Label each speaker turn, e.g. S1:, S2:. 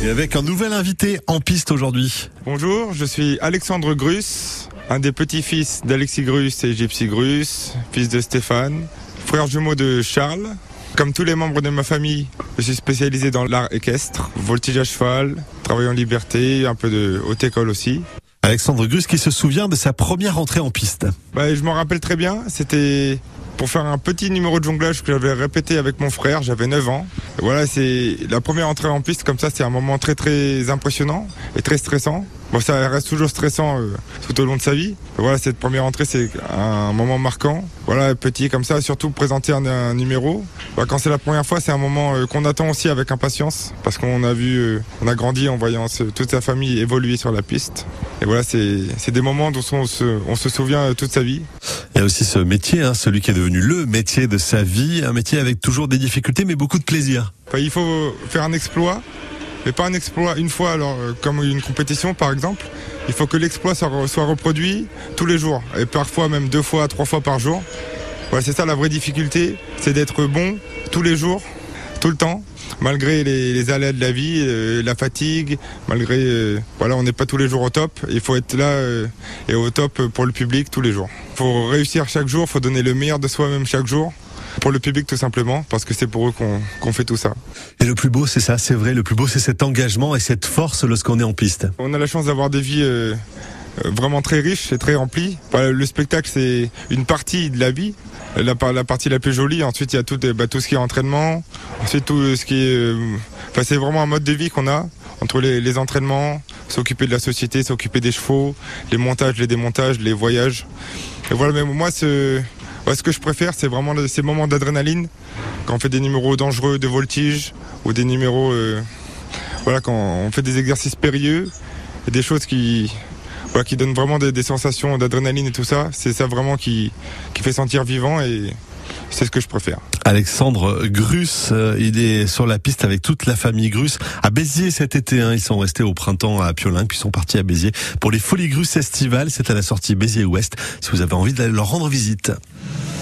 S1: Et avec un nouvel invité en piste aujourd'hui.
S2: Bonjour, je suis Alexandre Grus, un des petits-fils d'Alexis Grus et Gypsy Grus, fils de Stéphane, frère jumeau de Charles. Comme tous les membres de ma famille, je suis spécialisé dans l'art équestre, voltige à cheval, travail en liberté, un peu de haute école aussi.
S1: Alexandre Grus qui se souvient de sa première entrée en piste.
S2: Je m'en rappelle très bien, c'était pour faire un petit numéro de jonglage que j'avais répété avec mon frère, j'avais 9 ans. Et voilà, c'est la première entrée en piste comme ça, c'est un moment très très impressionnant et très stressant. Bon, ça reste toujours stressant tout au long de sa vie. Et voilà, cette première entrée, c'est un moment marquant. Voilà, petit comme ça, surtout présenter un numéro. Quand c'est la première fois, c'est un moment qu'on attend aussi avec impatience parce qu'on a vu, on a grandi en voyant toute sa famille évoluer sur la piste. Et voilà, c'est des moments dont on se souvient toute sa vie.
S1: Il y a aussi ce métier, celui qui est devenu le métier de sa vie, un métier avec toujours des difficultés mais beaucoup de plaisir.
S2: Il faut faire un exploit. Mais pas un exploit une fois, comme une compétition par exemple. Il faut que l'exploit soit reproduit tous les jours, et parfois même 2 fois, 3 fois par jour. Voilà, c'est ça la vraie difficulté, c'est d'être bon tous les jours, tout le temps, malgré les aléas de la vie, la fatigue, malgré on n'est pas tous les jours au top. Il faut être là et au top pour le public tous les jours. Il faut réussir chaque jour, il faut donner le meilleur de soi-même chaque jour. Pour le public tout simplement, parce que c'est pour eux qu'on fait tout ça.
S1: Et le plus beau c'est ça, c'est vrai, le plus beau c'est cet engagement et cette force lorsqu'on est en piste.
S2: On a la chance d'avoir des vies vraiment très riches et très remplies. Le spectacle c'est une partie de la vie, la partie la plus jolie. Ensuite il y a tout ce qui est entraînement, ensuite tout ce qui est... c'est vraiment un mode de vie qu'on a entre les entraînements, s'occuper de la société, s'occuper des chevaux, les montages, les démontages, les voyages. Et voilà, mais moi ce que je préfère, c'est vraiment ces moments d'adrénaline, quand on fait des numéros dangereux de voltige, ou des numéros, quand on fait des exercices périlleux, et des choses qui donnent vraiment des sensations d'adrénaline et tout ça. C'est ça vraiment qui fait sentir vivant, et c'est ce que je préfère.
S1: Alexandre Grus, il est sur la piste avec toute la famille Grus à Béziers cet été. Ils sont restés au printemps à Piolenc, puis sont partis à Béziers pour les Folies Grus Festival. C'est à la sortie Béziers Ouest, si vous avez envie d'aller leur rendre visite.